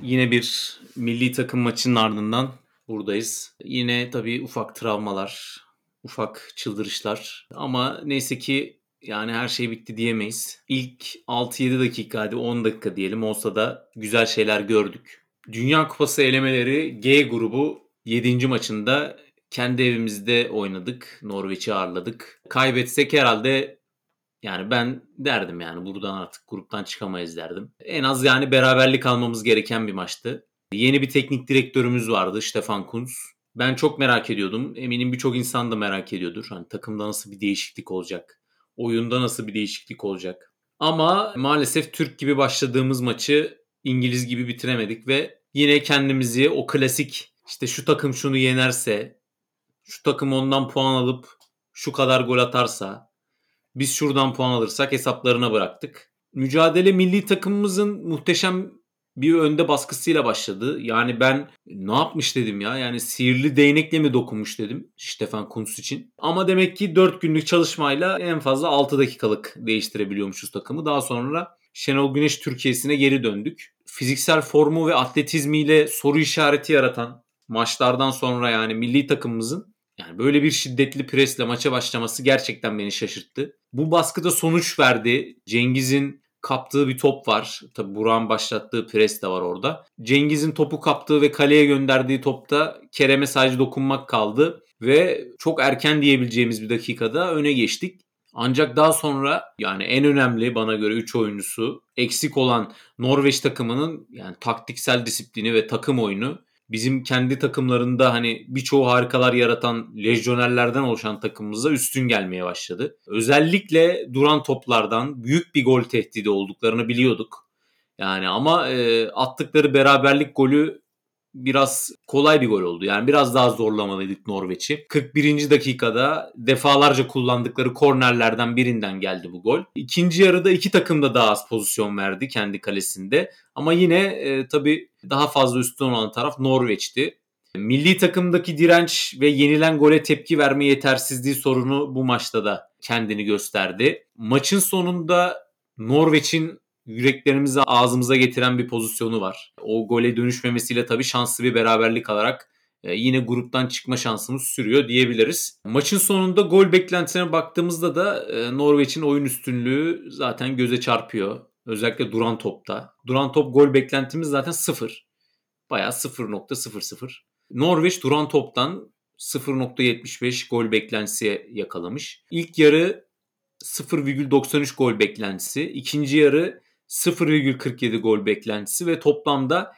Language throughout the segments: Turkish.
Yine bir milli takım maçının ardından buradayız. Yine tabii ufak travmalar, ufak çıldırışlar ama neyse ki yani her şey bitti diyemeyiz. İlk 6-7 dakika hadi 10 dakika diyelim olsa da güzel şeyler gördük. Dünya Kupası elemeleri G grubu 7. maçında kendi evimizde oynadık. Norveç'i ağırladık. Kaybetsek herhalde yani ben derdim yani buradan artık gruptan çıkamayız derdim. En az yani beraberlik almamız gereken bir maçtı. Yeni bir teknik direktörümüz vardı, Stefan Kuntz. Ben çok merak ediyordum. Eminim birçok insan da merak ediyordur. Hani takımda nasıl bir değişiklik olacak? Oyunda nasıl bir değişiklik olacak? Ama maalesef Türk gibi başladığımız maçı İngiliz gibi bitiremedik ve yine kendimizi o klasik işte şu takım şunu yenerse, şu takım ondan puan alıp şu kadar gol atarsa, biz şuradan puan alırsak hesaplarına bıraktık. Mücadele milli takımımızın muhteşem bir önde baskısıyla başladı. Yani ben ne yapmış dedim ya. Yani sihirli değnekle mi dokunmuş dedim Stefan Kuntz için. Ama demek ki 4 günlük çalışmayla en fazla 6 dakikalık değiştirebiliyormuşuz takımı. Daha sonra Şenol Güneş Türkiye'sine geri döndük. Fiziksel formu ve atletizmiyle soru işareti yaratan maçlardan sonra yani milli takımımızın yani böyle bir şiddetli presle maça başlaması gerçekten beni şaşırttı. Bu baskıda sonuç verdi. Cengiz'in kaptığı bir top var. Tabi Burak'ın başlattığı pres de var orada. Cengiz'in topu kaptığı ve kaleye gönderdiği topta Kerem'e sadece dokunmak kaldı. Ve çok erken diyebileceğimiz bir dakikada öne geçtik. Ancak daha sonra yani en önemli bana göre 3 oyuncusu eksik olan Norveç takımının yani taktiksel disiplini ve takım oyunu bizim kendi takımlarında hani birçoğu harikalar yaratan lejyonerlerden oluşan takımımıza üstün gelmeye başladı. Özellikle duran toplardan büyük bir gol tehdidi olduklarını biliyorduk. Yani ama attıkları beraberlik golü biraz kolay bir gol oldu. Yani biraz daha zorlamalıydık Norveç'i. 41. dakikada defalarca kullandıkları kornerlerden birinden geldi bu gol. İkinci yarıda iki takım da daha az pozisyon verdi kendi kalesinde. Ama yine tabii daha fazla üstün olan taraf Norveç'ti. Milli takımdaki direnç ve yenilen gole tepki verme yetersizliği sorunu bu maçta da kendini gösterdi. Maçın sonunda Norveç'in yüreklerimizi ağzımıza getiren bir pozisyonu var. O gole dönüşmemesiyle tabii şanslı bir beraberlik alarak yine gruptan çıkma şansımız sürüyor diyebiliriz. Maçın sonunda gol beklentisine baktığımızda da Norveç'in oyun üstünlüğü zaten göze çarpıyor. Özellikle duran topta. Duran top gol beklentimiz zaten 0. Bayağı 0.00. Norveç duran toptan 0.75 gol beklentisi yakalamış. İlk yarı 0,93 gol beklentisi, ikinci yarı 0,47 gol beklentisi ve toplamda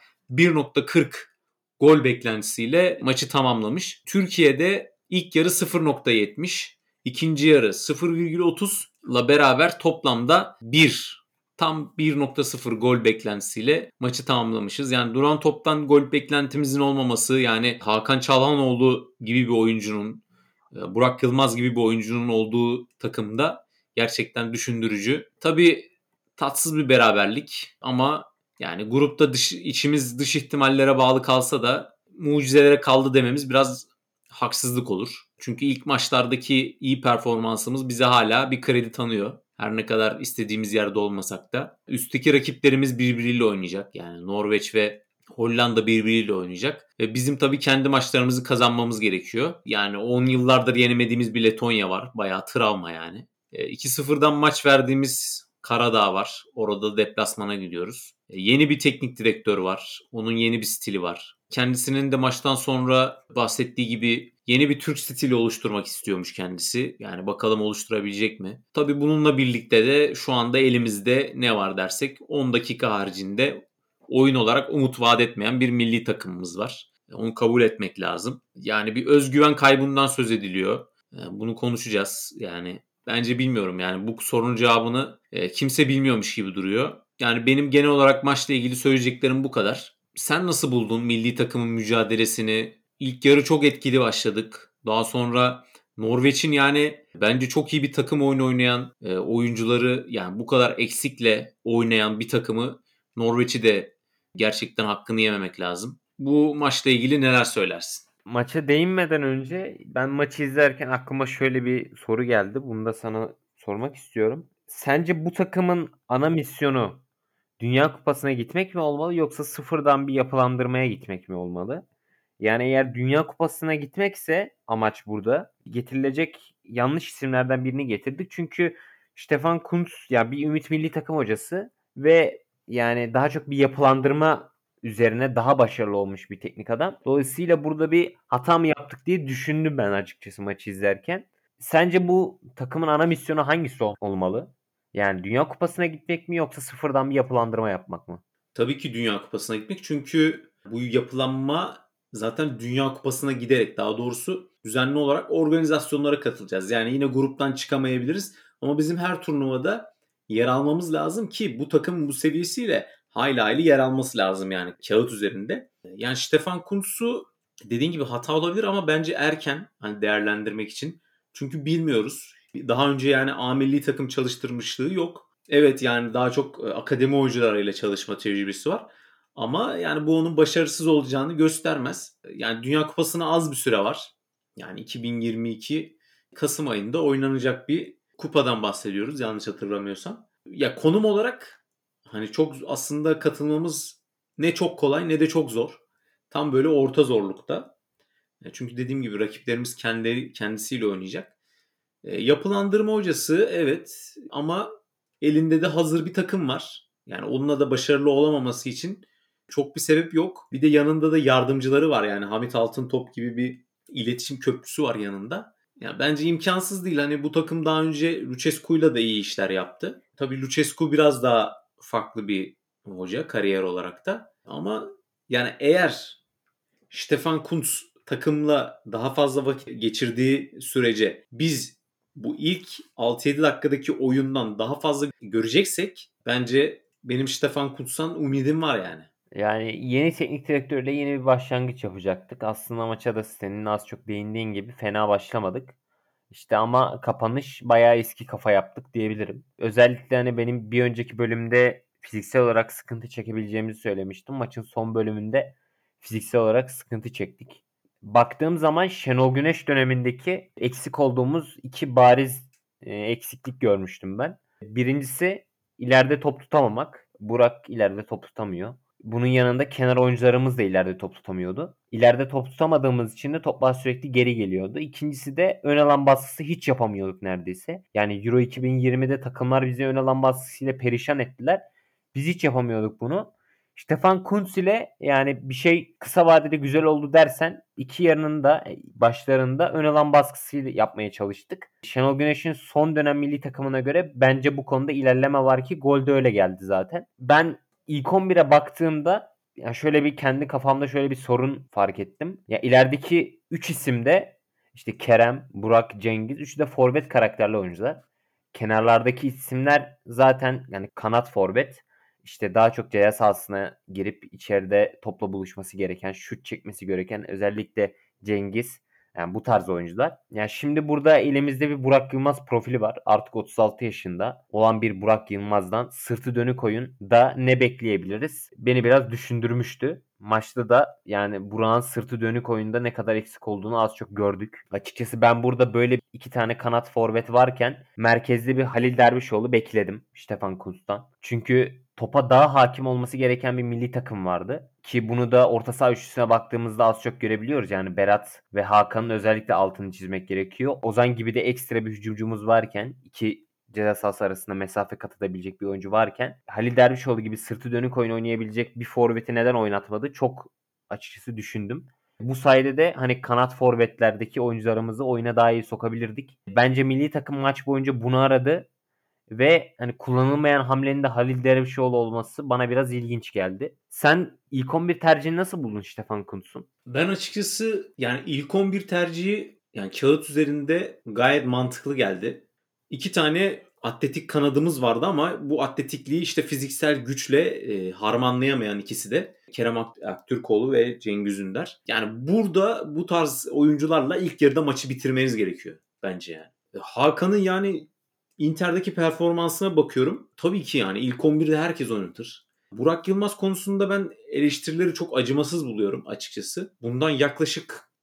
1,40 gol beklentisiyle maçı tamamlamış. Türkiye'de ilk yarı 0,70, ikinci yarı 0,30 ile beraber toplamda 1 tam 1,0 gol beklentisiyle maçı tamamlamışız. Yani duran toptan gol beklentimizin olmaması yani Hakan Çalhanoğlu gibi bir oyuncunun Burak Yılmaz gibi bir oyuncunun olduğu takımda gerçekten düşündürücü. Tabii tatsız bir beraberlik ama yani grupta içimiz dış ihtimallere bağlı kalsa da mucizelere kaldı dememiz biraz haksızlık olur. Çünkü ilk maçlardaki iyi performansımız bize hala bir kredi tanıyor. Her ne kadar istediğimiz yerde olmasak da. Üstteki rakiplerimiz birbiriyle oynayacak. Yani Norveç ve Hollanda birbiriyle oynayacak. Ve bizim tabii kendi maçlarımızı kazanmamız gerekiyor. Yani 10 yıllardır yenemediğimiz bir Letonya var. Bayağı travma yani. 2-0'dan maç verdiğimiz Karadağ var. Orada deplasmana gidiyoruz. Yeni bir teknik direktör var. Onun yeni bir stili var. Kendisinin de maçtan sonra bahsettiği gibi yeni bir Türk stili oluşturmak istiyormuş kendisi. Yani bakalım oluşturabilecek mi? Tabii bununla birlikte de şu anda elimizde ne var dersek 10 dakika haricinde oyun olarak umut vaat etmeyen bir milli takımımız var. Onu kabul etmek lazım. Yani bir özgüven kaybından söz ediliyor. Bunu konuşacağız. Yani bence bilmiyorum yani bu sorunun cevabını kimse bilmiyormuş gibi duruyor. Yani benim genel olarak maçla ilgili söyleyeceklerim bu kadar. Sen nasıl buldun milli takımın mücadelesini? İlk yarı çok etkili başladık. Daha sonra Norveç'in yani bence çok iyi bir takım oyunu oynayan oyuncuları yani bu kadar eksikle oynayan bir takımı Norveç'i de gerçekten hakkını yememek lazım. Bu maçla ilgili neler söylersin? Maça değinmeden önce ben maçı izlerken aklıma şöyle bir soru geldi. Bunu da sana sormak istiyorum. Sence bu takımın ana misyonu Dünya Kupası'na gitmek mi olmalı yoksa sıfırdan bir yapılandırmaya gitmek mi olmalı? Yani eğer Dünya Kupası'na gitmekse amaç burada, getirilecek yanlış isimlerden birini getirdik. Çünkü Stefan Kuntz ya bir Ümit Milli Takım hocası ve yani daha çok bir yapılandırma üzerine daha başarılı olmuş bir teknik adam. Dolayısıyla burada bir hata mı yaptık diye düşündüm ben açıkçası maçı izlerken. Sence bu takımın ana misyonu hangisi olmalı? Yani Dünya Kupası'na gitmek mi yoksa sıfırdan bir yapılandırma yapmak mı? Tabii ki Dünya Kupası'na gitmek. Çünkü bu yapılanma zaten Dünya Kupası'na giderek, daha doğrusu düzenli olarak organizasyonlara katılacağız. Yani yine gruptan çıkamayabiliriz ama bizim her turnuvada yer almamız lazım ki bu takımın bu seviyesiyle hayli hayli yer alması lazım yani kağıt üzerinde. Yani Stefan Kuntz'u dediğin gibi hata olabilir ama bence erken hani değerlendirmek için. Çünkü bilmiyoruz. Daha önce yani A milli takım çalıştırmışlığı yok. Evet yani daha çok akademi oyuncularıyla çalışma tecrübesi var. Ama yani bu onun başarısız olacağını göstermez. Yani Dünya Kupası'na az bir süre var. Yani 2022 Kasım ayında oynanacak bir kupadan bahsediyoruz yanlış hatırlamıyorsam. Ya konum olarak hani çok aslında katılmamız ne çok kolay ne de çok zor. Tam böyle orta zorlukta. Çünkü dediğim gibi rakiplerimiz kendisiyle oynayacak. Yapılandırma hocası evet ama elinde de hazır bir takım var. Yani onunla da başarılı olamaması için çok bir sebep yok. Bir de yanında da yardımcıları var yani Hamit Altıntop gibi bir iletişim köprüsü var yanında. Yani bence imkansız değil. Hani bu takım daha önce Lucescu'yla da iyi işler yaptı. Tabii Lucescu biraz daha farklı bir hoca kariyer olarak da. Ama yani eğer Stefan Kuntz takımla daha fazla vakit geçirdiği sürece biz bu ilk 6-7 dakikadaki oyundan daha fazla göreceksek bence benim Stefan Kuntz'tan ümidim var yani. Yani yeni teknik direktörle yeni bir başlangıç yapacaktık. Aslında maça da senin az çok değindiğin gibi fena başlamadık. İşte ama kapanış bayağı eski kafa yaptık diyebilirim. Özellikle hani benim bir önceki bölümde fiziksel olarak sıkıntı çekebileceğimizi söylemiştim. Maçın son bölümünde fiziksel olarak sıkıntı çektik. Baktığım zaman Şenol Güneş dönemindeki eksik olduğumuz iki bariz eksiklik görmüştüm ben. Birincisi ileride top tutamamak. Burak ileride top tutamıyor. Bunun yanında kenar oyuncularımız da ileride top tutamıyordu. İleride top tutamadığımız için de toplar sürekli geri geliyordu. İkincisi de ön alan baskısı hiç yapamıyorduk neredeyse. Yani Euro 2020'de takımlar bizi ön alan baskısıyla perişan ettiler. Biz hiç yapamıyorduk bunu. Stefan Kuntz ile yani bir şey kısa vadede güzel oldu dersen iki yarının da başlarında ön alan baskısıyla yapmaya çalıştık. Şenol Güneş'in son dönem milli takımına göre bence bu konuda ilerleme var ki gol de öyle geldi zaten. Ben ilk 11'e baktığımda ya şöyle bir kendi kafamda şöyle bir sorun fark ettim. Ya ilerideki 3 isim de işte Kerem, Burak, Cengiz üçü de forvet karakterli oyuncular. Kenarlardaki isimler zaten yani kanat forvet. İşte daha çok ceza sahasına girip içeride topla buluşması gereken, şut çekmesi gereken özellikle Cengiz. Yani bu tarz oyuncular. Yani şimdi burada elimizde bir Burak Yılmaz profili var. Artık 36 yaşında olan bir Burak Yılmaz'dan sırtı dönük oyunda ne bekleyebiliriz? Beni biraz düşündürmüştü. Maçta da yani Burak'ın sırtı dönük oyunda ne kadar eksik olduğunu az çok gördük. Açıkçası ben burada böyle iki tane kanat forvet varken merkezde bir Halil Dervişoğlu bekledim Stefan Kuntz'tan. Çünkü topa daha hakim olması gereken bir milli takım vardı. Ki bunu da orta saha üçlüsüne baktığımızda az çok görebiliyoruz. Yani Berat ve Hakan'ın özellikle altını çizmek gerekiyor. Ozan gibi de ekstra bir hücumcumuz varken iki ceza sahası arasında mesafe kat edebilecek bir oyuncu varken Halil Dervişoğlu gibi sırtı dönük oyun oynayabilecek bir forveti neden oynatmadı? Çok açıkçası düşündüm. Bu sayede de hani kanat forvetlerdeki oyuncularımızı oyuna daha iyi sokabilirdik. Bence milli takım maç boyunca bunu aradı ve hani kullanılmayan hamlenin de Halil Dervişoğlu olması bana biraz ilginç geldi. Sen ilk 11 tercihini nasıl buldun Stefan Kuntz'un? Ben açıkçası yani ilk 11 tercihi yani kağıt üzerinde gayet mantıklı geldi. İki tane atletik kanadımız vardı ama bu atletikliği işte fiziksel güçle harmanlayamayan ikisi de Kerem Aktürkoğlu ve Cengiz Ünder. Yani burada bu tarz oyuncularla ilk yarıda maçı bitirmeniz gerekiyor bence yani. Hakan'ın yani Inter'deki performansına bakıyorum. Tabii ki yani ilk 11'de herkes oynatır. Burak Yılmaz konusunda ben eleştirileri çok acımasız buluyorum açıkçası. Bundan yaklaşık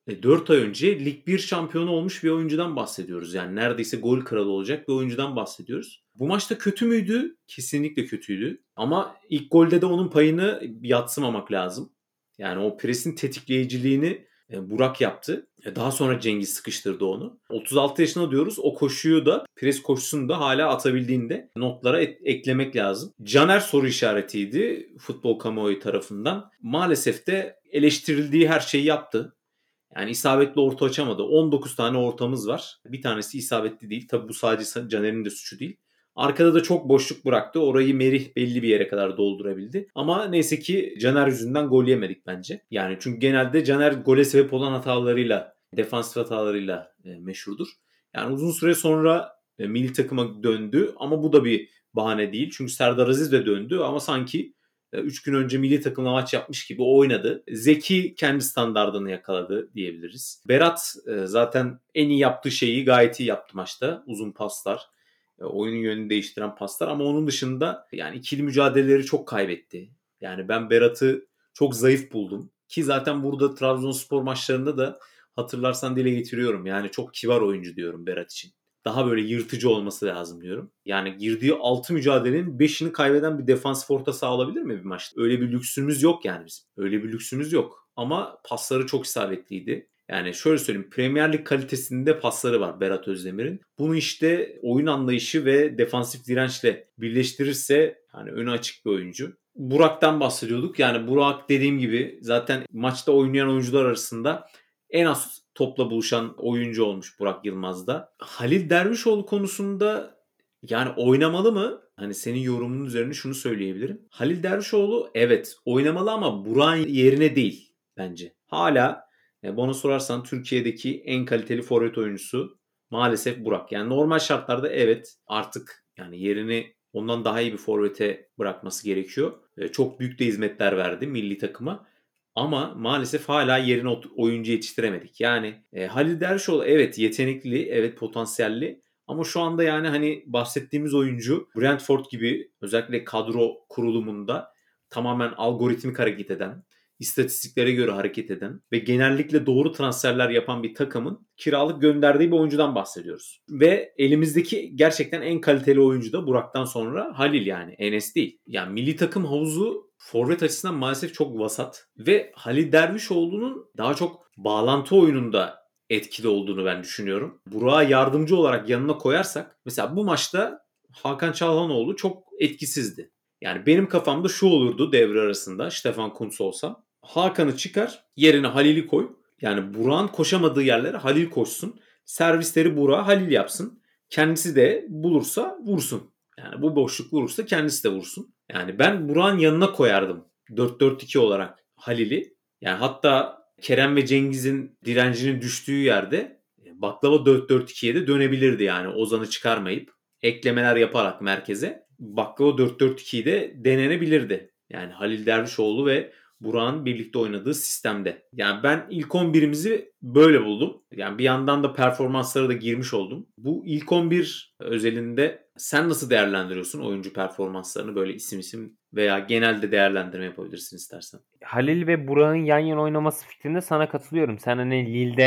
4 ay önce Lig 1 şampiyonu olmuş bir oyuncudan bahsediyoruz. Yani neredeyse gol kralı olacak bir oyuncudan bahsediyoruz. Bu maçta kötü müydü? Kesinlikle kötüydü. Ama ilk golde de onun payını yadsımamak lazım. Yani o presin tetikleyiciliğini Burak yaptı. Daha sonra Cengiz sıkıştırdı onu. 36 yaşında diyoruz. O koşuyu da, pres koşusunu da hala atabildiğinde notlara eklemek lazım. Caner soru işaretiydi futbol kamuoyu tarafından. Maalesef de eleştirildiği her şeyi yaptı. Yani isabetli orta açamadı. 19 tane ortamız var. Bir tanesi isabetli değil. Tabii bu sadece Caner'in de suçu değil. Arkada da çok boşluk bıraktı. Orayı Merih belli bir yere kadar doldurabildi. Ama neyse ki Caner yüzünden gol yemedik bence. Yani çünkü genelde Caner gole sebep olan hatalarıyla, defansif hatalarıyla meşhurdur. Yani uzun süre sonra milli takıma döndü ama bu da bir bahane değil. Çünkü Serdar Aziz de döndü ama sanki 3 gün önce milli takımla maç yapmış gibi oynadı. Zeki kendi standardını yakaladı diyebiliriz. Berat zaten en iyi yaptığı şeyi gayet iyi yaptı maçta. Uzun paslar, oyunun yönünü değiştiren paslar ama onun dışında yani ikili mücadeleleri çok kaybetti. Yani ben Berat'ı çok zayıf buldum. Ki zaten burada Trabzonspor maçlarında da hatırlarsan dile getiriyorum. Yani çok kibar oyuncu diyorum Berat için. Daha böyle yırtıcı olması lazım diyorum. Yani girdiği 6 mücadelenin 5'ini kaybeden bir defansif orta saha olabilir mi bir maçta? Öyle bir lüksümüz yok yani bizim. Öyle bir lüksümüz yok. Ama pasları çok isabetliydi. Yani şöyle söyleyeyim, Premier Lig kalitesinde pasları var Berat Özdemir'in. Bunu işte oyun anlayışı ve defansif dirençle birleştirirse hani önü açık bir oyuncu. Burak'tan bahsediyorduk. Yani Burak dediğim gibi zaten maçta oynayan oyuncular arasında en az topla buluşan oyuncu olmuş Burak Yılmaz'da. Halil Dervişoğlu konusunda yani oynamalı mı? Hani senin yorumunun üzerine şunu söyleyebilirim. Halil Dervişoğlu evet oynamalı ama Burak'ın yerine değil bence. Hala bana sorarsan Türkiye'deki en kaliteli forvet oyuncusu maalesef Burak. Yani normal şartlarda evet artık yani yerini ondan daha iyi bir forvete bırakması gerekiyor. Çok büyük de hizmetler verdi milli takıma. Ama maalesef hala yerine oyuncu yetiştiremedik. Yani Halil Dervişoğlu evet yetenekli, evet potansiyelli. Ama şu anda yani hani bahsettiğimiz oyuncu Brentford gibi özellikle kadro kurulumunda tamamen algoritmik hareket eden, istatistiklere göre hareket eden ve genellikle doğru transferler yapan bir takımın kiralık gönderdiği bir oyuncudan bahsediyoruz. Ve elimizdeki gerçekten en kaliteli oyuncu da Burak'tan sonra Halil yani Enes değil. Yani milli takım havuzu forvet açısından maalesef çok vasat ve Halil Dervişoğlu'nun daha çok bağlantı oyununda etkili olduğunu ben düşünüyorum. Burak'a yardımcı olarak yanına koyarsak mesela bu maçta Hakan Çalhanoğlu çok etkisizdi. Yani benim kafamda şu olurdu devre arasında Stefan Kuntz olsam. Hakan'ı çıkar, yerine Halil'i koy. Yani Burak'ın koşamadığı yerlere Halil koşsun. Servisleri Burak'a Halil yapsın. Kendisi de bulursa vursun. Yani bu boşluk vurursa kendisi de vursun. Yani ben Burak'ın yanına koyardım 4-4-2 olarak Halil'i. Yani hatta Kerem ve Cengiz'in direncinin düştüğü yerde baklava 4-4-2'ye de dönebilirdi yani Ozan'ı çıkarmayıp eklemeler yaparak merkeze baklava 4-4-2'yi de denenebilirdi. Yani Halil Dervişoğlu ve Burak'ın birlikte oynadığı sistemde. Yani ben ilk 11'imizi böyle buldum. Yani bir yandan da performanslara da girmiş oldum. Bu ilk 11 özelinde sen nasıl değerlendiriyorsun oyuncu performanslarını böyle isim veya genelde değerlendirme yapabilirsin istersen. Halil ve Burak'ın yan yana oynaması fikrinde sana katılıyorum. Sen hani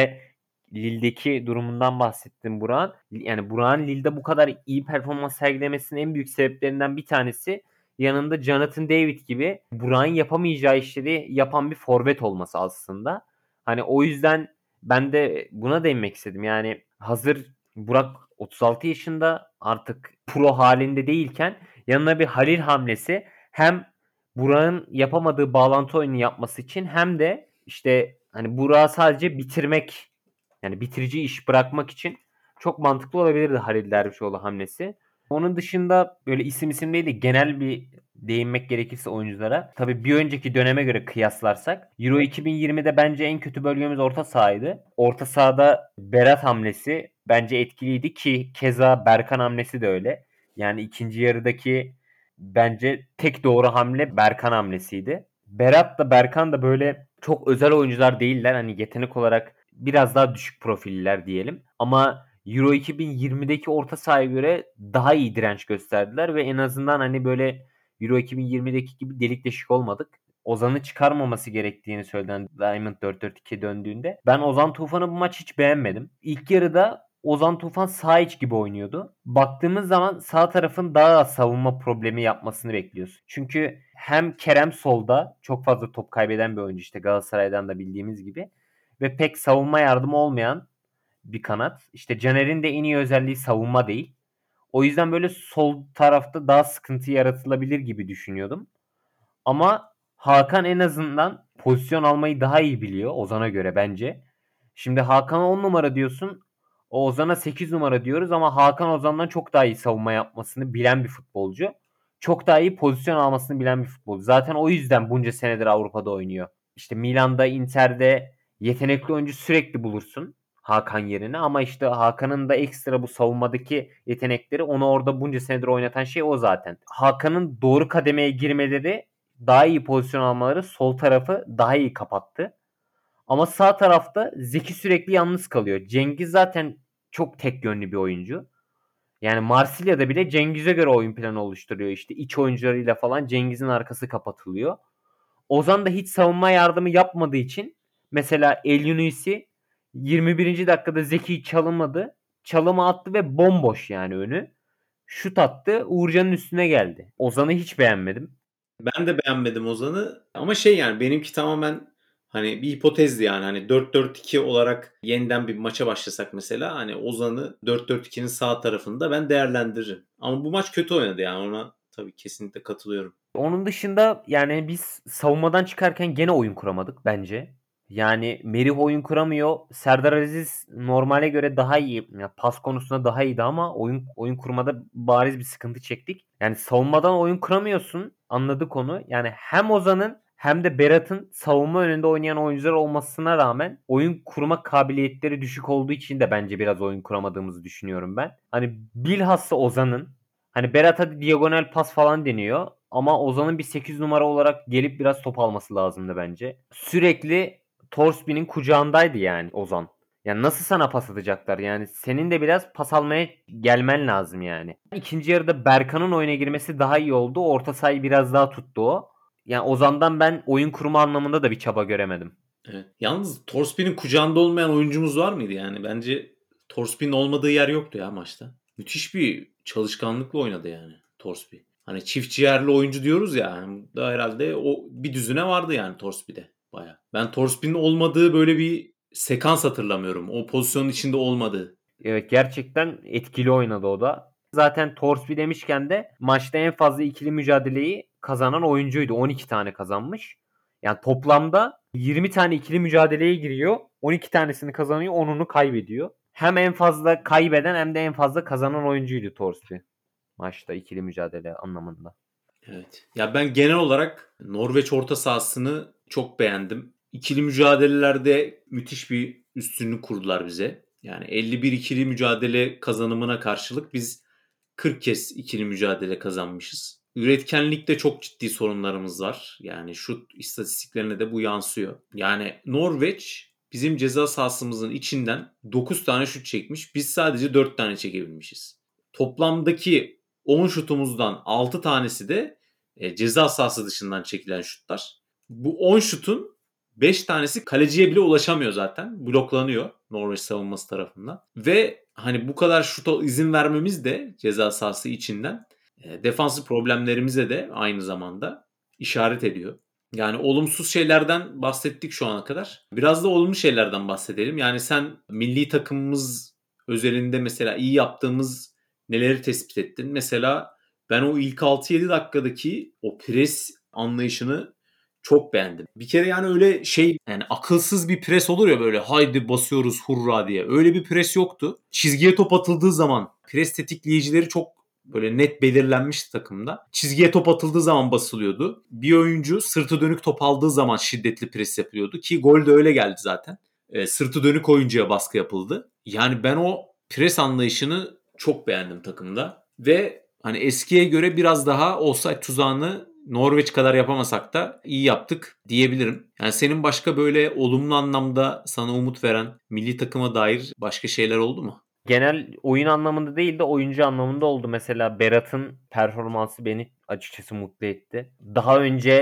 Lille'deki durumundan bahsettin Burak'ın. Yani Burak'ın Lille'de bu kadar iyi performans sergilemesinin en büyük sebeplerinden bir tanesi yanında Jonathan David gibi Burak'ın yapamayacağı işleri yapan bir forvet olması aslında. Hani o yüzden ben de buna değinmek istedim. Yani hazır Burak 36 yaşında artık pro halinde değilken yanına bir Halil hamlesi hem Burak'ın yapamadığı bağlantı oyunu yapması için hem de işte hani Burak'ı sadece bitirmek yani bitirici iş bırakmak için çok mantıklı olabilirdi Halil Dervişoğlu hamlesi. Onun dışında böyle isim değil de genel bir değinmek gerekirse oyunculara. Tabii bir önceki döneme göre kıyaslarsak Euro 2020'de bence en kötü bölgemiz orta sahaydı. Orta sahada Berat hamlesi bence etkiliydi ki keza Berkan hamlesi de öyle. Yani ikinci yarıdaki bence tek doğru hamle Berkan hamlesiydi. Berat da Berkan da böyle çok özel oyuncular değiller. Hani yetenek olarak biraz daha düşük profiller diyelim. Ama Euro 2020'deki orta sahaya göre daha iyi direnç gösterdiler ve en azından hani böyle Euro 2020'deki gibi delik deşik olmadık. Ozan'ı çıkarmaması gerektiğini söylenen Diamond 4-4-2 döndüğünde ben Ozan Tufan'ı bu maç hiç beğenmedim. İlk yarıda Ozan Tufan sağ iç gibi oynuyordu. Baktığımız zaman sağ tarafın daha az savunma problemi yapmasını bekliyorsun. Çünkü hem Kerem solda çok fazla top kaybeden bir oyuncu, işte Galatasaray'dan da bildiğimiz gibi, ve pek savunma yardımı olmayan bir kanat. İşte Caner'in de en iyi özelliği savunma değil. O yüzden böyle sol tarafta daha sıkıntı yaratılabilir gibi düşünüyordum. Ama Hakan en azından pozisyon almayı daha iyi biliyor Ozan'a göre bence. Şimdi Hakan'a 10 numara diyorsun. O Ozan'a 8 numara diyoruz ama Hakan Ozan'dan çok daha iyi savunma yapmasını bilen bir futbolcu. Çok daha iyi pozisyon almasını bilen bir futbolcu. Zaten o yüzden bunca senedir Avrupa'da oynuyor. İşte Milan'da, Inter'de yetenekli oyuncu sürekli bulursun Hakan yerine, ama işte Hakan'ın da ekstra bu savunmadaki yetenekleri, onu orada bunca senedir oynatan şey o zaten. Hakan'ın doğru kademeye girmeleri, daha iyi pozisyon almaları sol tarafı daha iyi kapattı. Ama sağ tarafta Zeki sürekli yalnız kalıyor. Cengiz zaten çok tek yönlü bir oyuncu. Yani Marsilya'da bile Cengiz'e göre oyun planı oluşturuyor. İşte iç oyuncularıyla falan Cengiz'in arkası kapatılıyor. Ozan da hiç savunma yardımı yapmadığı için mesela Elyounoussi 21. dakikada Zeki'yi çalınmadı. Çalımı attı ve bomboş yani önü. Şut attı. Uğurcan'ın üstüne geldi. Ozan'ı hiç beğenmedim. Ben de beğenmedim Ozan'ı ama şey yani benimki tamamen hani bir hipotezdi yani hani 4-4-2 olarak yeniden bir maça başlasak mesela hani Ozan'ı 4-4-2'nin sağ tarafında ben değerlendiririm. Ama bu maç kötü oynadı yani ona tabii kesinlikle katılıyorum. Onun dışında yani biz savunmadan çıkarken gene oyun kuramadık bence. Yani Merih oyun kuramıyor. Serdar Aziz normale göre daha iyi. Yani pas konusunda daha iyiydi ama oyun kurmada bariz bir sıkıntı çektik. Yani savunmadan oyun kuramıyorsun. Anladık onu. Yani hem Ozan'ın hem de Berat'ın savunma önünde oynayan oyuncular olmasına rağmen oyun kurma kabiliyetleri düşük olduğu için de bence biraz oyun kuramadığımızı düşünüyorum ben. Hani bilhassa Ozan'ın, hani Berat hadi diagonal pas falan deniyor ama Ozan'ın bir 8 numara olarak gelip biraz top alması lazımdı bence. Sürekli Torsby'nin kucağındaydı yani Ozan. Yani nasıl sana pas atacaklar? Yani senin de biraz pas almaya gelmen lazım yani. İkinci yarıda Berkan'ın oyuna girmesi daha iyi oldu. Orta sahayı biraz daha tuttu o. Yani Ozan'dan ben oyun kurma anlamında da bir çaba göremedim. Evet. Yalnız Torspin'in kucağında olmayan oyuncumuz var mıydı yani? Bence Torspin'in olmadığı yer yoktu ya maçta. Müthiş bir çalışkanlıkla oynadı yani Torsby. Hani çift ciğerli oyuncu diyoruz ya. Yani da herhalde o bir düzüne vardı yani Torspi'de baya. Ben Torspi'nin olmadığı böyle bir sekans hatırlamıyorum. O pozisyonun içinde olmadığı. Evet, gerçekten etkili oynadı o da. Zaten Torsby demişken de maçta en fazla ikili mücadeleyi kazanan oyuncuydu. 12 tane kazanmış. Yani toplamda 20 tane ikili mücadeleye giriyor. 12 tanesini kazanıyor, 10'unu kaybediyor. Hem en fazla kaybeden hem de en fazla kazanan oyuncuydu Torsby. Maçta ikili mücadele anlamında. Evet. Ya ben genel olarak Norveç orta sahasını çok beğendim. İkili mücadelelerde müthiş bir üstünlük kurdular bize. Yani 51 ikili mücadele kazanımına karşılık biz 40 kez ikili mücadele kazanmışız. Üretkenlikte çok ciddi sorunlarımız var. Yani şut istatistiklerine de bu yansıyor. Yani Norveç bizim ceza sahasımızın içinden 9 tane şut çekmiş. Biz sadece 4 tane çekebilmişiz. Toplamdaki 10 şutumuzdan 6 tanesi de ceza sahası dışından çekilen şutlar. Bu 10 şutun 5 tanesi kaleciye bile ulaşamıyor zaten. Bloklanıyor Norveç savunması tarafından. Ve hani bu kadar şuta izin vermemiz de ceza sahası içinden defansif problemlerimize de aynı zamanda işaret ediyor. Yani olumsuz şeylerden bahsettik şu ana kadar. Biraz da olumlu şeylerden bahsedelim. Yani sen milli takımımız özelinde mesela iyi yaptığımız neleri tespit ettin? Mesela ben o ilk 6-7 dakikadaki o pres anlayışını çok beğendim. Bir kere yani öyle şey yani akılsız bir pres olur ya böyle haydi basıyoruz hurra diye. Öyle bir pres yoktu. Çizgiye top atıldığı zaman pres tetikleyicileri çok böyle net belirlenmişti takımda. Çizgiye top atıldığı zaman basılıyordu. Bir oyuncu sırtı dönük top aldığı zaman şiddetli pres yapılıyordu ki gol de öyle geldi zaten. Sırtı dönük oyuncuya baskı yapıldı. Yani ben o pres anlayışını çok beğendim takımda. Ve hani eskiye göre biraz daha offside tuzağını Norveç kadar yapamasak da iyi yaptık diyebilirim. Yani senin başka böyle olumlu anlamda sana umut veren milli takıma dair başka şeyler oldu mu? Genel oyun anlamında değil de oyuncu anlamında oldu. Mesela Berat'ın performansı beni açıkçası mutlu etti. Daha önce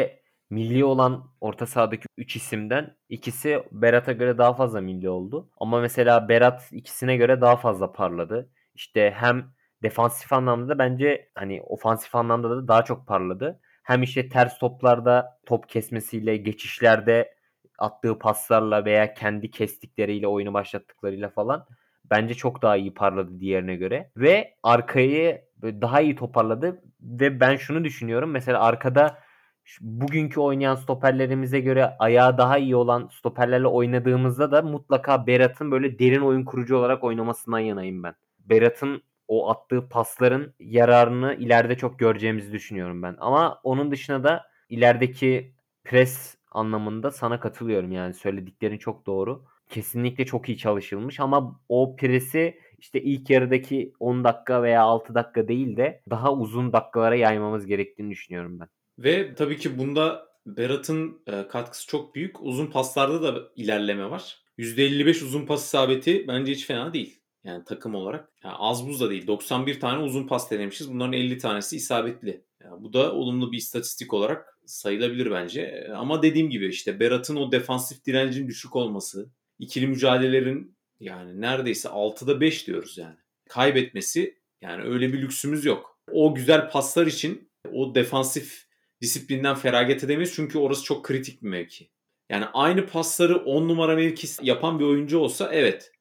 milli olan orta sahadaki 3 isimden ikisi Berat'a göre daha fazla milli oldu. Ama mesela Berat ikisine göre daha fazla parladı. İşte hem defansif anlamda da bence hani ofansif anlamda da daha çok parladı. Hem işte ters toplarda top kesmesiyle, geçişlerde attığı paslarla veya kendi kestikleriyle, oyunu başlattıklarıyla falan bence çok daha iyi parladı diğerine göre. Ve arkayı daha iyi toparladı ve ben şunu düşünüyorum. Mesela arkada bugünkü oynayan stoperlerimize göre ayağı daha iyi olan stoperlerle oynadığımızda da mutlaka Berat'ın böyle derin oyun kurucu olarak oynamasından yanayım ben. Berat'ın o attığı pasların yararını ileride çok göreceğimizi düşünüyorum ben. Ama onun dışında da ilerideki pres anlamında sana katılıyorum, yani söylediklerin çok doğru. Kesinlikle çok iyi çalışılmış ama o presi işte ilk yarıdaki 10 dakika veya 6 dakika değil de daha uzun dakikalara yaymamız gerektiğini düşünüyorum ben. Ve tabii ki bunda Berat'ın katkısı çok büyük. Uzun paslarda da ilerleme var. %55 uzun pas isabeti bence hiç fena değil. Yani takım olarak. Yani az buz da değil. 91 tane uzun pas denemişiz. Bunların 50 tanesi isabetli. Yani bu da olumlu bir istatistik olarak sayılabilir bence. Ama dediğim gibi işte Berat'ın o defansif direncin düşük olması, ikili mücadelelerin yani neredeyse 6'da 5 diyoruz yani. Kaybetmesi, yani öyle bir lüksümüz yok. O güzel paslar için o defansif disiplinden feragat edemeyiz çünkü orası çok kritik bir mevki. Yani aynı pasları 10 numara mevkisi yapan bir oyuncu olsa evet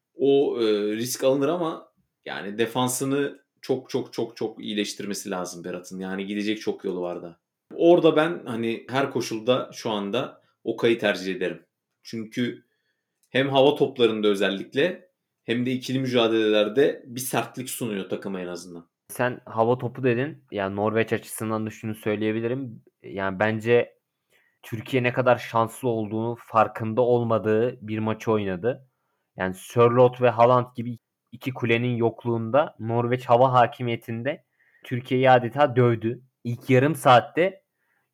o risk alınır ama yani defansını çok çok çok çok iyileştirmesi lazım Berat'ın. Yani gidecek çok yolu var da. Orada ben hani her koşulda şu anda Okay'ı tercih ederim. Çünkü hem hava toplarında özellikle hem de ikili mücadelelerde bir sertlik sunuyor takıma en azından. Sen hava topu dedin. Yani Norveç açısından da şunu söyleyebilirim. Yani bence Türkiye ne kadar şanslı olduğunu farkında olmadığı bir maçı oynadı. Yani Sörloth ve Haaland gibi iki kulenin yokluğunda Norveç hava hakimiyetinde Türkiye'yi adeta dövdü. İlk yarım saatte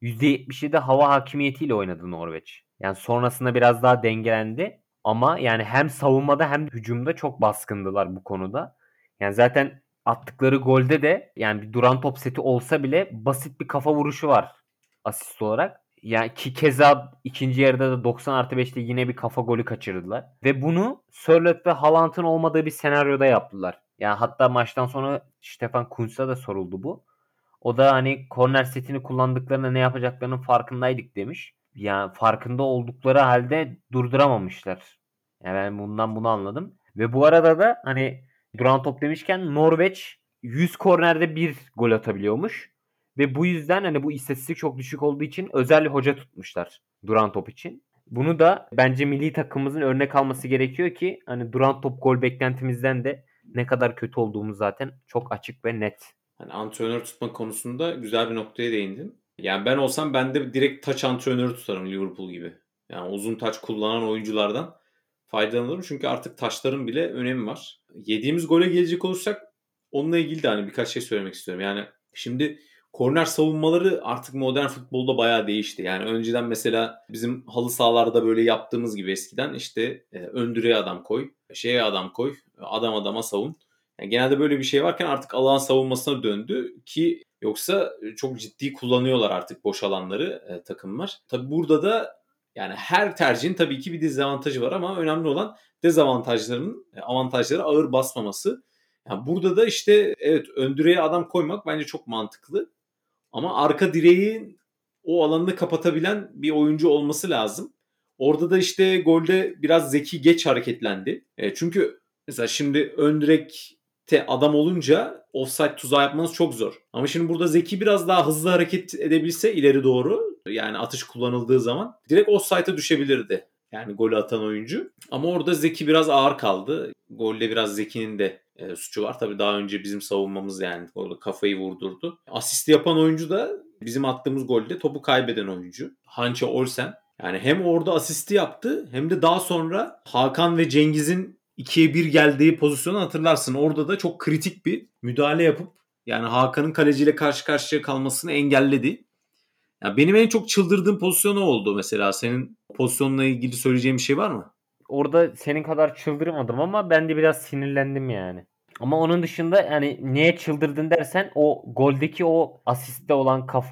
%77 hava hakimiyetiyle oynadı Norveç. Yani sonrasında biraz daha dengelendi ama yani hem savunmada hem hücumda çok baskındılar bu konuda. Yani zaten attıkları golde de yani bir duran top seti olsa bile basit bir kafa vuruşu var asist olarak. Yani ki keza ikinci yarıda da 90+5'te yine bir kafa golü kaçırdılar. Ve bunu Sörloth ve Haaland'ın olmadığı bir senaryoda yaptılar. Yani hatta maçtan sonra Stefan Kuntz'a da soruldu bu. O da hani korner setini kullandıklarında ne yapacaklarının farkındaydık demiş. Yani farkında oldukları halde durduramamışlar. Yani ben bundan bunu anladım. Ve bu arada da hani duran top demişken Norveç 100 kornerde bir gol atabiliyormuş. Ve bu yüzden hani bu istatistik çok düşük olduğu için özel bir hoca tutmuşlar duran top için. Bunu da bence milli takımımızın örnek alması gerekiyor ki hani duran top gol beklentimizden de ne kadar kötü olduğumuz zaten çok açık ve net. Hani antrenör tutma konusunda güzel bir noktaya değindin. Yani ben olsam ben de direkt taç antrenörü tutarım Liverpool gibi. Yani uzun taç kullanan oyunculardan faydalanırım. Çünkü artık taşların bile önemi var. Yediğimiz gole gelecek olursak onunla ilgili de hani birkaç şey söylemek istiyorum. Yani şimdi korner savunmaları artık modern futbolda bayağı değişti. Yani önceden mesela bizim halı sahalarda böyle yaptığımız gibi eskiden işte ön direğe adam koy, şeye adam koy, adam adama savun. Yani genelde böyle bir şey varken artık alan savunmasına döndü ki yoksa çok ciddi kullanıyorlar artık boş alanları takımlar. Tabi burada da yani her tercihin tabii ki bir dezavantajı var ama önemli olan dezavantajlarının avantajları ağır basmaması. Yani burada da işte evet ön direğe adam koymak bence çok mantıklı. Ama arka direğin o alanını kapatabilen bir oyuncu olması lazım. Orada da işte golde biraz Zeki geç hareketlendi. Çünkü mesela şimdi ön direkte adam olunca offside tuzağı yapmanız çok zor. Ama şimdi burada Zeki biraz daha hızlı hareket edebilse ileri doğru yani atış kullanıldığı zaman direkt offside'a düşebilirdi. Yani golü atan oyuncu. Ama orada Zeki biraz ağır kaldı. Golde biraz Zeki'nin de suçu var. Tabii daha önce bizim savunmamız yani orada kafayı vurdurdu. Asisti yapan oyuncu da bizim attığımız golde topu kaybeden oyuncu. Hançe Olsen. Yani hem orada asisti yaptı hem de daha sonra Hakan ve Cengiz'in 2'ye 1 geldiği pozisyonu hatırlarsın. Orada da çok kritik bir müdahale yapıp yani Hakan'ın kaleciyle karşı karşıya kalmasını engelledi. Ya benim en çok çıldırdığım pozisyon o oldu mesela. Senin pozisyonla ilgili söyleyeceğin bir şey var mı? Orada senin kadar çıldırmadım ama ben de biraz sinirlendim yani. Ama onun dışında yani niye çıldırdın dersen o goldeki o asiste olan kafa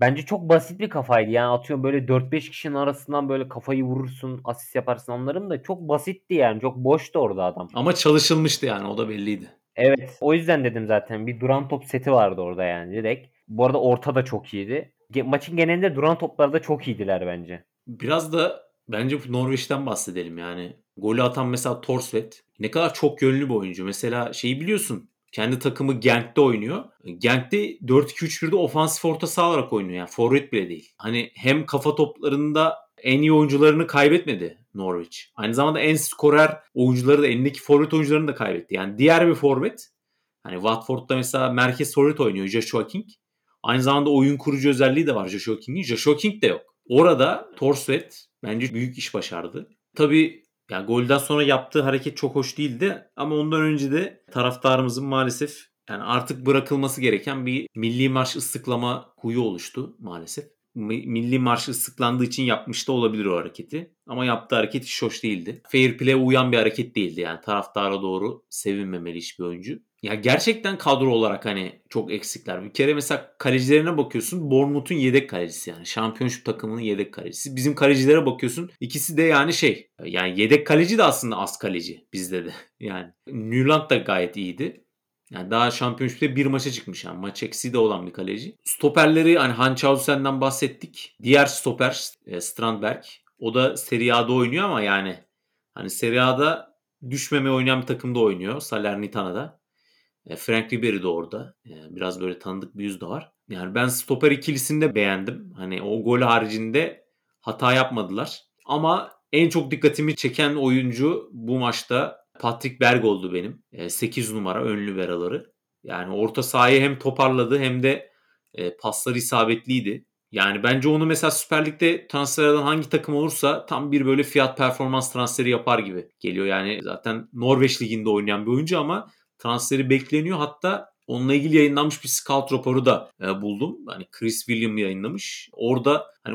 Bence çok basit bir kafaydı. Yani atıyorum böyle 4-5 kişinin arasından böyle kafayı vurursun, asist yaparsın anlarım da çok basitti yani. Çok boştu orada adam. Ama çalışılmıştı yani, o da belliydi. Evet. O yüzden dedim zaten bir duran top seti vardı orada yani direkt. Bu arada orta da çok iyiydi. Maçın genelinde duran toplar da çok iyiydiler bence. Biraz da bence Norveç'ten bahsedelim yani. Golü atan mesela Thorstvedt ne kadar çok yönlü bir oyuncu. Mesela şeyi biliyorsun. Kendi takımı Genk'te oynuyor. Genk'te 4-2-3-1'de ofansif orta saha olarak oynuyor. Yani forvet bile değil. Hani hem kafa toplarında en iyi oyuncularını kaybetmedi Norveç. Aynı zamanda en skorer oyuncuları da, elindeki forvet oyuncularını da kaybetti. Yani diğer bir forvet. Hani Watford'da mesela merkez forvet oynuyor Joshua King. Aynı zamanda oyun kurucu özelliği de var Joshua King'in. Joshua King de yok. Orada Thorstvedt bence büyük iş başardı. Tabii yani golden sonra yaptığı hareket çok hoş değildi ama ondan önce de taraftarımızın maalesef yani artık bırakılması gereken bir milli marş ıslıklama huyu oluştu maalesef. Milli marş ıslıklandığı için yapmış da olabilir o hareketi. Ama yaptığı hareket hiç hoş değildi. Fair play'e uyan bir hareket değildi yani. Taraftara doğru sevinmemeli hiçbir oyuncu. Ya gerçekten kadro olarak hani çok eksikler. Bir kere mesela kalecilerine bakıyorsun. Bournemouth'un yedek kalecisi yani. Şampiyonşip takımının yedek kalecisi. Bizim kalecilere bakıyorsun. İkisi de yani yani yedek kaleci de aslında az kaleci bizde de. Yani Nyland da gayet iyiydi. Yani daha şampiyonşipte bir maça çıkmış yani. Maç eksiği de olan bir kaleci. Stoperleri hani Hanchausen'den bahsettik. Diğer stoper Strandberg. O da Serie A'da oynuyor ama yani hani Serie A'da düşmeme oynayan bir takımda oynuyor. Salernitana'da. Frank Ribery de orada. Biraz böyle tanıdık bir yüz de var. Yani ben stoper ikilisini de beğendim. Hani o gol haricinde hata yapmadılar. Ama en çok dikkatimi çeken oyuncu bu maçta Patrick Berg oldu benim. 8 numara ön liberaları. Yani orta sahayı hem toparladı hem de pasları isabetliydi. Yani bence onu mesela Süper Lig'de transfer eden hangi takım olursa tam bir böyle fiyat performans transferi yapar gibi geliyor. Yani zaten Norveç Ligi'nde oynayan bir oyuncu ama transferi bekleniyor. Hatta onunla ilgili yayınlanmış bir scout raporu da buldum. Hani Chris William yayınlamış. Orada hani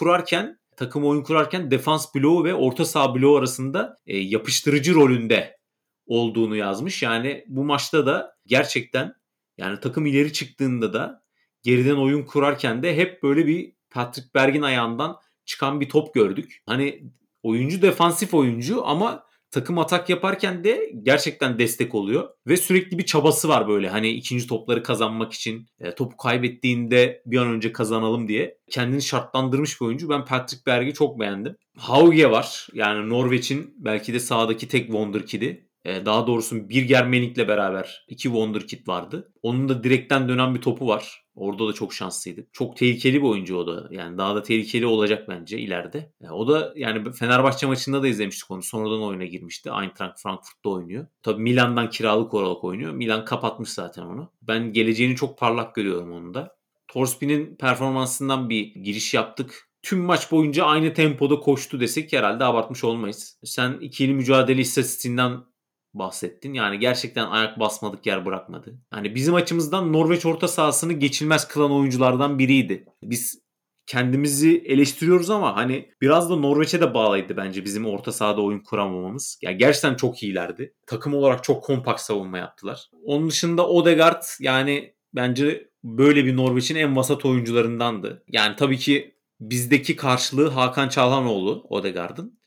takım oyun kurarken defans bloğu ve orta saha bloğu arasında yapıştırıcı rolünde olduğunu yazmış. Yani bu maçta da gerçekten yani takım ileri çıktığında da geriden oyun kurarken de hep böyle bir Patrick Berg'in ayağından çıkan bir top gördük. Hani oyuncu defansif oyuncu ama takım atak yaparken de gerçekten destek oluyor. Ve sürekli bir çabası var böyle hani ikinci topları kazanmak için. Topu kaybettiğinde bir an önce kazanalım diye. Kendini şartlandırmış bir oyuncu. Ben Patrick Berg'i çok beğendim. Hauge var. Yani Norveç'in belki de sahadaki tek wonderkid'i. Daha doğrusu Birger Melink'le beraber iki wonderkid vardı. Onun da direkten dönen bir topu var. Orada da çok şanslıydı. Çok tehlikeli bir oyuncu o da. Yani daha da tehlikeli olacak bence ileride. O da yani Fenerbahçe maçında da izlemiştik onu. Sonradan oyuna girmişti. Eintracht Frankfurt'ta oynuyor. Tabii Milan'dan kiralık olarak oynuyor. Milan kapatmış zaten onu. Ben geleceğini çok parlak görüyorum onun da. Torsby'nin performansından bir giriş yaptık. Tüm maç boyunca aynı tempoda koştu desek herhalde abartmış olmayız. Sen ikili mücadele istatistiğinden bahsettin. Yani gerçekten ayak basmadık yer bırakmadı. Yani bizim açımızdan Norveç orta sahasını geçilmez kılan oyunculardan biriydi. Biz kendimizi eleştiriyoruz ama hani biraz da Norveç'e de bağlıydı bence bizim orta sahada oyun kuramamamız. Yani gerçekten çok iyilerdi. Takım olarak çok kompakt savunma yaptılar. Onun dışında Odegaard yani bence böyle bir Norveç'in en vasat oyuncularındandı. Yani tabii ki bizdeki karşılığı Hakan Çalhanoğlu Odegaard'ın.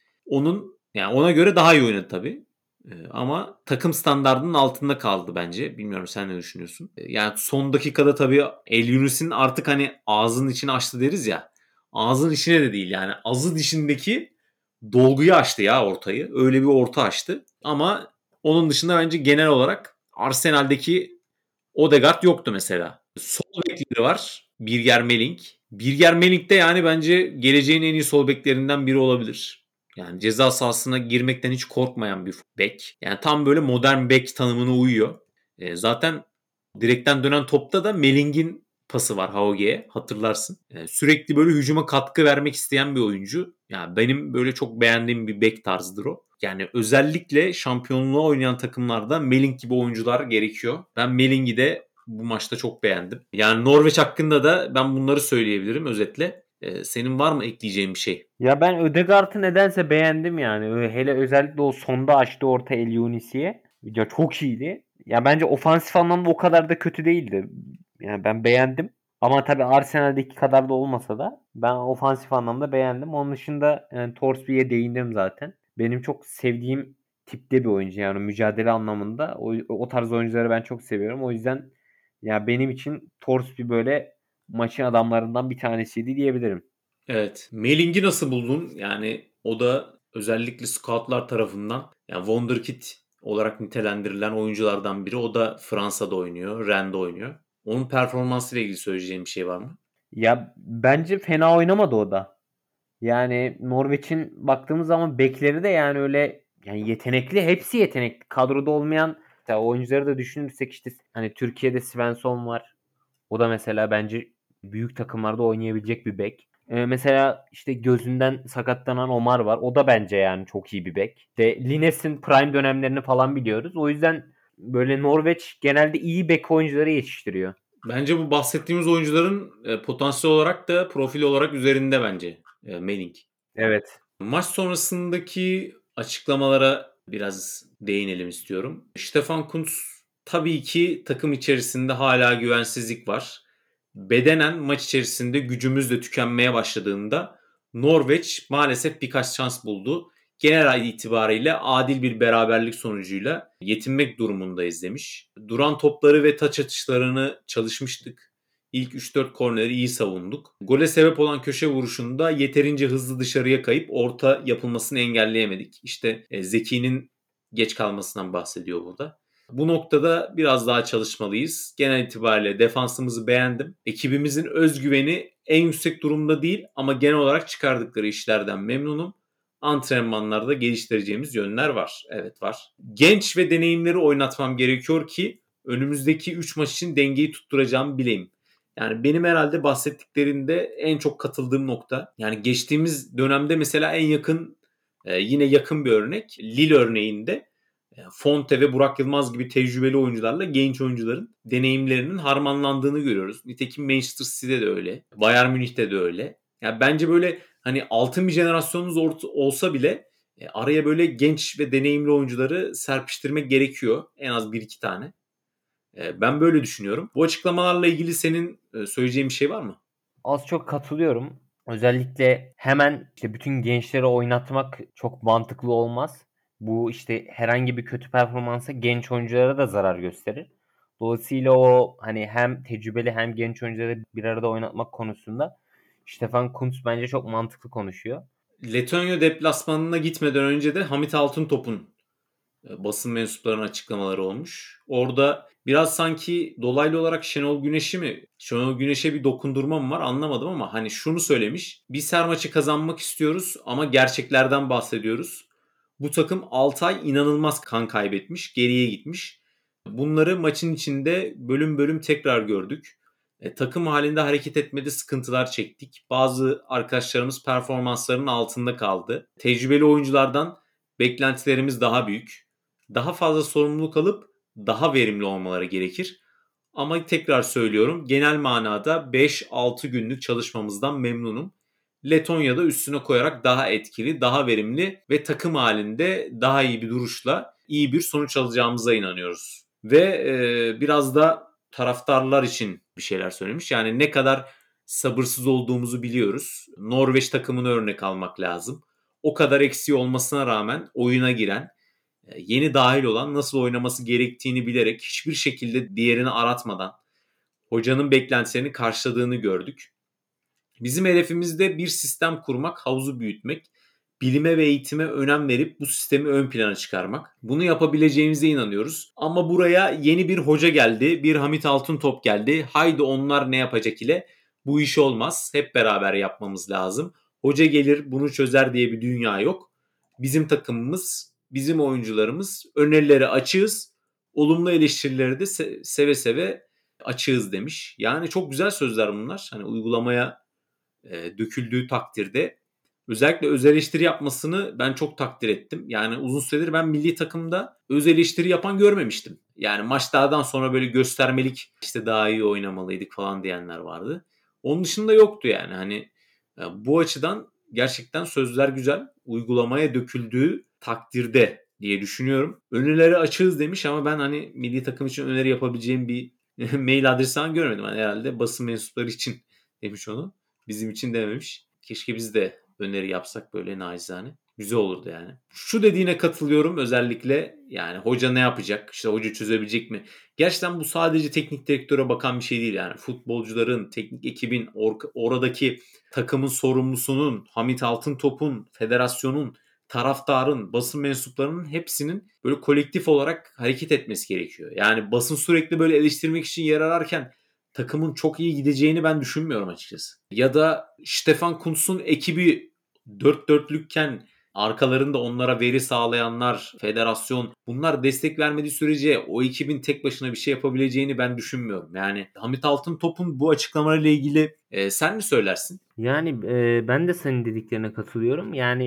Yani ona göre daha iyi oynadı tabii. Ama takım standardının altında kaldı bence. Bilmiyorum sen ne düşünüyorsun? Yani son dakikada tabii El Yunus'un artık hani ağzının içini açtı deriz ya. Ağzın içine de değil yani azı dişindeki dolguyu açtı ya ortayı. Öyle bir orta açtı. Ama onun dışında bence genel olarak Arsenal'deki Odegaard yoktu mesela. Sol bekleri var. Birger Meling. Birger Meling de yani bence geleceğin en iyi sol beklerinden biri olabilir. Yani ceza sahasına girmekten hiç korkmayan bir bek. Yani tam böyle modern bek tanımına uyuyor. Zaten direkten dönen topta da Melling'in pası var Hauge'ye hatırlarsın. Sürekli böyle hücuma katkı vermek isteyen bir oyuncu. Yani benim böyle çok beğendiğim bir bek tarzıdır o. Yani özellikle şampiyonluğa oynayan takımlarda Melling gibi oyuncular gerekiyor. Ben Melling'i de bu maçta çok beğendim. Yani Norveç hakkında da ben bunları söyleyebilirim özetle. Senin var mı ekleyeceğin bir şey? Ya ben Ödegaard'ı nedense beğendim yani. Hele özellikle o sonda açtı orta El Yunus'iye. Ya çok iyiydi. Ya bence ofansif anlamda o kadar da kötü değildi. Yani ben beğendim. Ama tabii Arsenal'deki kadar da olmasa da ben ofansif anlamda beğendim. Onun dışında yani Torsby'ye değindim zaten. Benim çok sevdiğim tipte bir oyuncu, yani mücadele anlamında. O tarz oyuncuları ben çok seviyorum. O yüzden ya benim için Torsby böyle maçın adamlarından bir tanesiydi diyebilirim. Evet. Melling'i nasıl buldun? Yani o da özellikle scoutlar tarafından yani Wonderkid olarak nitelendirilen oyunculardan biri. O da Fransa'da oynuyor, Rennes'de oynuyor. Onun performansıyla ilgili söyleyeceğim bir şey var mı? Ya bence fena oynamadı o da. Yani Norveç'in baktığımız zaman bekleri de yani öyle yani yetenekli, hepsi yetenekli. Kadroda olmayan mesela oyuncuları da düşünürsek işte hani Türkiye'de Svensson var. O da mesela bence büyük takımlarda oynayabilecek bir bek. Mesela işte gözünden sakatlanan Omar var. O da bence yani çok iyi bir bek. İşte Lines'in prime dönemlerini falan biliyoruz. O yüzden böyle Norveç genelde iyi bek oyuncuları yetiştiriyor. Bence bu bahsettiğimiz oyuncuların potansiyel olarak da profil olarak üzerinde bence Melling. Evet. Maç sonrasındaki açıklamalara biraz değinelim istiyorum. Stefan Kuntz tabii ki takım içerisinde hala güvensizlik var. Bedenen maç içerisinde gücümüz de tükenmeye başladığında Norveç maalesef birkaç şans buldu. Genel itibariyle adil bir beraberlik sonucuyla yetinmek durumundayız demiş. Duran topları ve taç atışlarını çalışmıştık. İlk 3-4 korneri iyi savunduk. Gole sebep olan köşe vuruşunda yeterince hızlı dışarıya kayıp orta yapılmasını engelleyemedik. İşte Zeki'nin geç kalmasından bahsediyor burada. Bu noktada biraz daha çalışmalıyız. Genel itibariyle defansımızı beğendim. Ekibimizin özgüveni en yüksek durumda değil ama genel olarak çıkardıkları işlerden memnunum. Antrenmanlarda geliştireceğimiz yönler var. Evet var. Genç ve deneyimleri oynatmam gerekiyor ki önümüzdeki 3 maç için dengeyi tutturacağımı bileyim. Yani benim herhalde bahsettiklerinde en çok katıldığım nokta. Yani geçtiğimiz dönemde mesela en yakın yine yakın bir örnek. Lille örneğinde Fonte ve Burak Yılmaz gibi tecrübeli oyuncularla genç oyuncuların deneyimlerinin harmanlandığını görüyoruz. Nitekim Manchester City'de de öyle. Bayern Münih'te de öyle. Yani bence böyle hani altın bir jenerasyonumuz olsa bile araya böyle genç ve deneyimli oyuncuları serpiştirmek gerekiyor. En az bir iki tane. Ben böyle düşünüyorum. Bu açıklamalarla ilgili senin söyleyeceğin bir şey var mı? Az çok katılıyorum. Özellikle hemen işte bütün gençleri oynatmak çok mantıklı olmaz. Bu işte herhangi bir kötü performansa genç oyunculara da zarar gösterir. Dolayısıyla o hani hem tecrübeli hem genç oyuncuları bir arada oynatmak konusunda Stefan Kuntz bence çok mantıklı konuşuyor. Letonya deplasmanına gitmeden önce de Hamit Altıntop'un basın mensuplarının açıklamaları olmuş. Orada biraz sanki dolaylı olarak Şenol Güneş'i mi, Şenol Güneş'e bir dokundurma mı var anlamadım ama hani şunu söylemiş. Biz her maçı kazanmak istiyoruz ama gerçeklerden bahsediyoruz. Bu takım 6 ay inanılmaz kan kaybetmiş, geriye gitmiş. Bunları maçın içinde bölüm bölüm tekrar gördük. Takım halinde hareket etmede sıkıntılar çektik. Bazı arkadaşlarımız performanslarının altında kaldı. Tecrübeli oyunculardan beklentilerimiz daha büyük. Daha fazla sorumluluk alıp daha verimli olmaları gerekir. Ama tekrar söylüyorum genel manada 5-6 günlük çalışmamızdan memnunum. Letonya'da üstüne koyarak daha etkili, daha verimli ve takım halinde daha iyi bir duruşla iyi bir sonuç alacağımıza inanıyoruz. Ve biraz da taraftarlar için bir şeyler söylemiş. Yani ne kadar sabırsız olduğumuzu biliyoruz. Norveç takımını örnek almak lazım. O kadar eksiği olmasına rağmen oyuna giren, yeni dahil olan nasıl oynaması gerektiğini bilerek hiçbir şekilde diğerini aratmadan hocanın beklentilerini karşıladığını gördük. Bizim hedefimiz de bir sistem kurmak, havuzu büyütmek, bilime ve eğitime önem verip bu sistemi ön plana çıkarmak. Bunu yapabileceğimize inanıyoruz. Ama buraya yeni bir hoca geldi, bir Hamit Altıntop geldi. Haydi onlar ne yapacak ile bu iş olmaz. Hep beraber yapmamız lazım. Hoca gelir bunu çözer diye bir dünya yok. Bizim takımımız, bizim oyuncularımız önerileri açığız. Olumlu eleştirileri de seve seve açığız demiş. Yani çok güzel sözler bunlar. Hani uygulamaya döküldüğü takdirde özellikle öz eleştiri yapmasını ben çok takdir ettim. Yani uzun süredir ben milli takımda öz eleştiri yapan görmemiştim. Yani maçlardan sonra böyle göstermelik işte daha iyi oynamalıydık falan diyenler vardı. Onun dışında yoktu yani. Hani bu açıdan gerçekten sözler güzel. Uygulamaya döküldüğü takdirde diye düşünüyorum. Önerileri açığız demiş ama ben hani milli takım için öneri yapabileceğim bir Mail adresinden görmedim. Yani herhalde basın mensupları için demiş onu. Bizim için dememiş. Keşke biz de öneri yapsak böyle nacizane. Güzel olurdu yani. Şu dediğine katılıyorum özellikle, yani hoca ne yapacak? İşte hoca çözebilecek mi? Gerçekten bu sadece teknik direktöre bakan bir şey değil yani. Futbolcuların, teknik ekibin, oradaki takımın sorumlusunun, Hamit Altıntop'un, federasyonun, taraftarın, basın mensuplarının hepsinin böyle kolektif olarak hareket etmesi gerekiyor. Yani basın sürekli böyle eleştirmek için yer ararken takımın çok iyi gideceğini ben düşünmüyorum açıkçası. Ya da Stefan Kuntz'un ekibi dört dörtlükken arkalarında onlara veri sağlayanlar, federasyon, bunlar destek vermediği sürece o ekibin tek başına bir şey yapabileceğini ben düşünmüyorum. Yani Hamit Altıntop'un bu açıklamalarıyla ilgili sen mi söylersin? Yani ben de senin dediklerine katılıyorum. Yani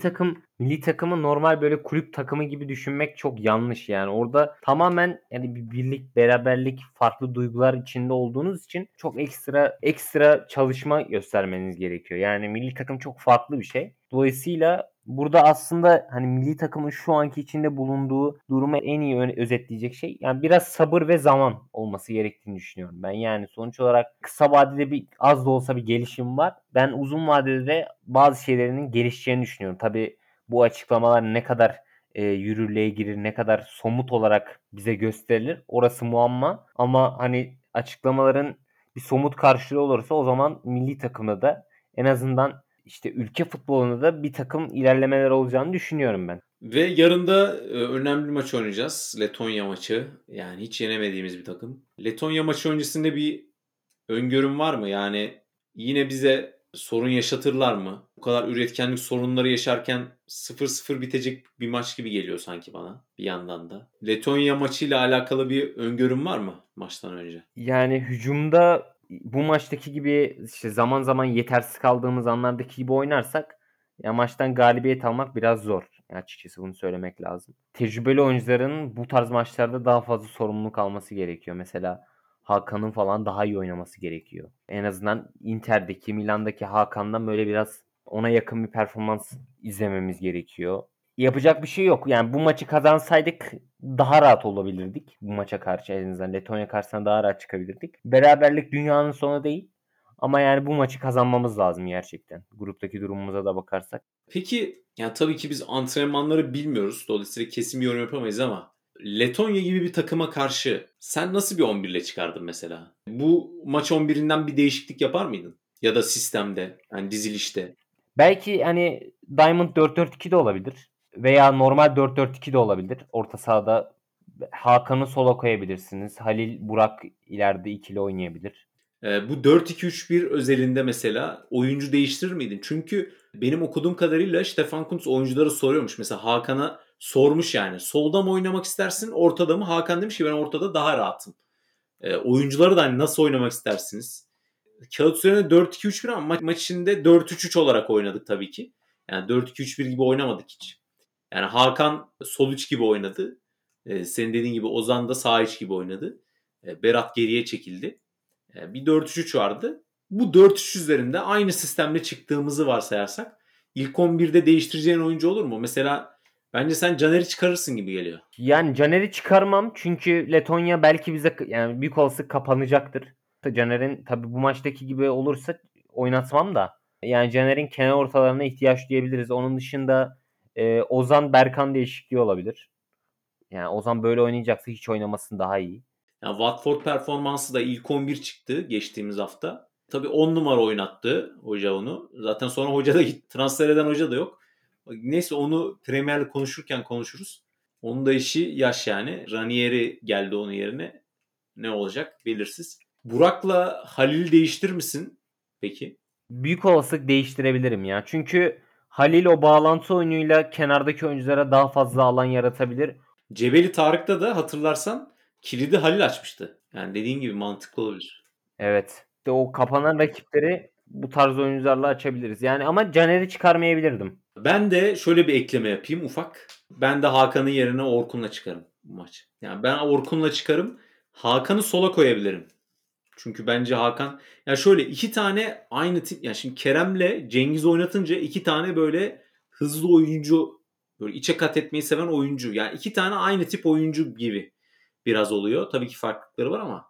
milli takımı normal böyle kulüp takımı gibi düşünmek çok yanlış. Yani orada tamamen yani bir birlik, beraberlik, farklı duygular içinde olduğunuz için çok ekstra çalışma göstermeniz gerekiyor. Yani milli takım çok farklı bir şey. Dolayısıyla burada aslında hani milli takımın şu anki içinde bulunduğu durumu en iyi özetleyecek şey yani biraz sabır ve zaman olması gerektiğini düşünüyorum ben. Yani sonuç olarak kısa vadede bir az da olsa bir gelişim var. Ben uzun vadede de bazı şeylerinin gelişeceğini düşünüyorum. Tabii bu açıklamalar ne kadar yürürlüğe girir, ne kadar somut olarak bize gösterilir orası muamma. Ama hani açıklamaların bir somut karşılığı olursa o zaman milli takımda da en azından işte ülke futbolunda da bir takım ilerlemeler olacağını düşünüyorum ben. Ve yarın da önemli bir maç oynayacağız. Letonya maçı. Yani hiç yenemediğimiz bir takım. Letonya maçı öncesinde bir öngörüm var mı? Yani yine bize sorun yaşatırlar mı? Bu kadar üretkenlik sorunları yaşarken 0-0 bitecek bir maç gibi geliyor sanki bana bir yandan da. Letonya maçıyla alakalı bir öngörüm var mı maçtan önce? Yani hücumda bu maçtaki gibi işte zaman zaman yetersiz kaldığımız anlardaki gibi oynarsak ya maçtan galibiyet almak biraz zor. Açıkçası bunu söylemek lazım. Tecrübeli oyuncuların bu tarz maçlarda daha fazla sorumluluk alması gerekiyor. Mesela Hakan'ın falan daha iyi oynaması gerekiyor. En azından Inter'deki, Milan'daki Hakan'dan böyle biraz ona yakın bir performans izlememiz gerekiyor. Yapacak bir şey yok. Yani bu maçı kazansaydık daha rahat olabilirdik. Bu maça karşı en azından Letonya karşısına daha rahat çıkabilirdik. Beraberlik dünyanın sonu değil. Ama yani bu maçı kazanmamız lazım gerçekten. Gruptaki durumumuza da bakarsak. Peki yani tabii ki biz antrenmanları bilmiyoruz. Dolayısıyla kesin bir yorum yapamayız ama Letonya gibi bir takıma karşı sen nasıl bir 11 ile çıkardın mesela? Bu maç 11'inden bir değişiklik yapar mıydın? Ya da sistemde, yani dizilişte. Belki hani Diamond 4-4-2 de olabilir. Veya normal 4-4-2 de olabilir. Orta sahada Hakan'ı sola koyabilirsiniz. Halil, Burak ileride ikili oynayabilir. Bu 4-2-3-1 özelinde mesela oyuncu değiştirir miydin? Çünkü benim okuduğum kadarıyla Stefan Kuntz oyunculara soruyormuş. Mesela Hakan'a sormuş yani. Solda mı oynamak istersin, ortada mı? Hakan demiş ki ben ortada daha rahatım. Oyuncuları da hani nasıl oynamak istersiniz? Kağıt üzerinde 4-2-3-1 ama maç içinde 4-3-3 olarak oynadık tabii ki. Yani 4-2-3-1 gibi oynamadık hiç. Yani Hakan sol 3 gibi oynadı. Senin dediğin gibi Ozan da sağ 3 gibi oynadı. Berat geriye çekildi. Bir 4-3-3 vardı. Bu 4-3 üzerinde aynı sistemle çıktığımızı varsayarsak ilk 11'de değiştireceğin oyuncu olur mu? Mesela bence sen Caner'i çıkarırsın gibi geliyor. Yani Caner'i çıkarmam çünkü Letonya belki bize yani büyük olasılık kapanacaktır. Caner'in tabii bu maçtaki gibi olursa oynatmam da. Yani Caner'in kenar ortalarına ihtiyaç duyabiliriz. Onun dışında Ozan Berkan değişikliği olabilir. Yani Ozan böyle oynayacaksa hiç oynamasın daha iyi. Yani Watford performansı da ilk 11 çıktı geçtiğimiz hafta. Tabii 10 numara oynattı hoca onu. Zaten sonra hoca da gitti. Transfer eden hoca da yok. Neyse onu Premier Lig konuşurken konuşuruz. Onun da işi yaş yani. Ranieri geldi onun yerine. Ne olacak belirsiz. Burak'la Halil'i değiştirir misin peki? Büyük olasılık değiştirebilirim ya. Çünkü Halil o bağlantı oyunuyla kenardaki oyunculara daha fazla alan yaratabilir. Cebeli Tarık'ta da hatırlarsan kilidi Halil açmıştı. Yani dediğin gibi mantıklı olabilir. Evet. İşte o kapanan rakipleri bu tarz oyuncularla açabiliriz. Yani ama Caner'i çıkarmayabilirdim. Ben de şöyle bir ekleme yapayım ufak. Ben de Hakan'ın yerine Orkun'la çıkarım bu maç. Yani ben Orkun'la çıkarım. Hakan'ı sola koyabilirim. Çünkü bence Hakan ya şöyle iki tane aynı tip yani şimdi Kerem'le Cengiz oynatınca iki tane böyle hızlı oyuncu böyle içe kat etmeyi seven oyuncu. Yani iki tane aynı tip oyuncu gibi biraz oluyor. Tabii ki farklılıkları var ama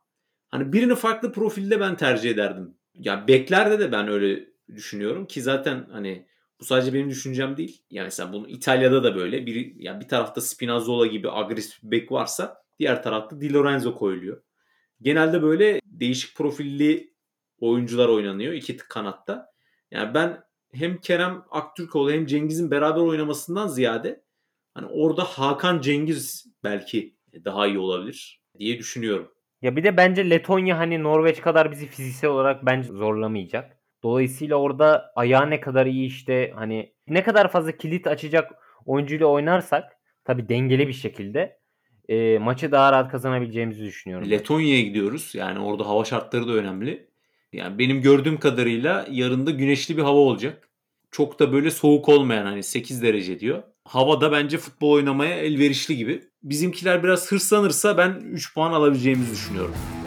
Hani birini farklı profilde ben tercih ederdim. Ya beklerde de ben öyle düşünüyorum ki zaten hani bu sadece benim düşüncem değil. Yani mesela bunu İtalya'da da böyle bir tarafta Spinazzola gibi agresif bir bek varsa diğer tarafta Di Lorenzo koyuluyor. Genelde böyle değişik profilli oyuncular oynanıyor iki kanatta. Yani ben hem Kerem Aktürkoğlu hem Cengiz'in beraber oynamasından ziyade hani orada Hakan Cengiz belki daha iyi olabilir diye düşünüyorum. Ya bir de bence Letonya hani Norveç kadar bizi fiziksel olarak bence zorlamayacak. Dolayısıyla orada ayağı ne kadar iyi işte hani ne kadar fazla kilit açacak oyuncuyla oynarsak tabii dengeli bir şekilde maçı daha rahat kazanabileceğimizi düşünüyorum ben. Letonya'ya gidiyoruz. Yani orada hava şartları da önemli. Yani benim gördüğüm kadarıyla yarın da güneşli bir hava olacak. Çok da böyle soğuk olmayan hani 8 derece diyor. Hava da bence futbol oynamaya elverişli gibi. Bizimkiler biraz hırslanırsa ben 3 puan alabileceğimizi düşünüyorum.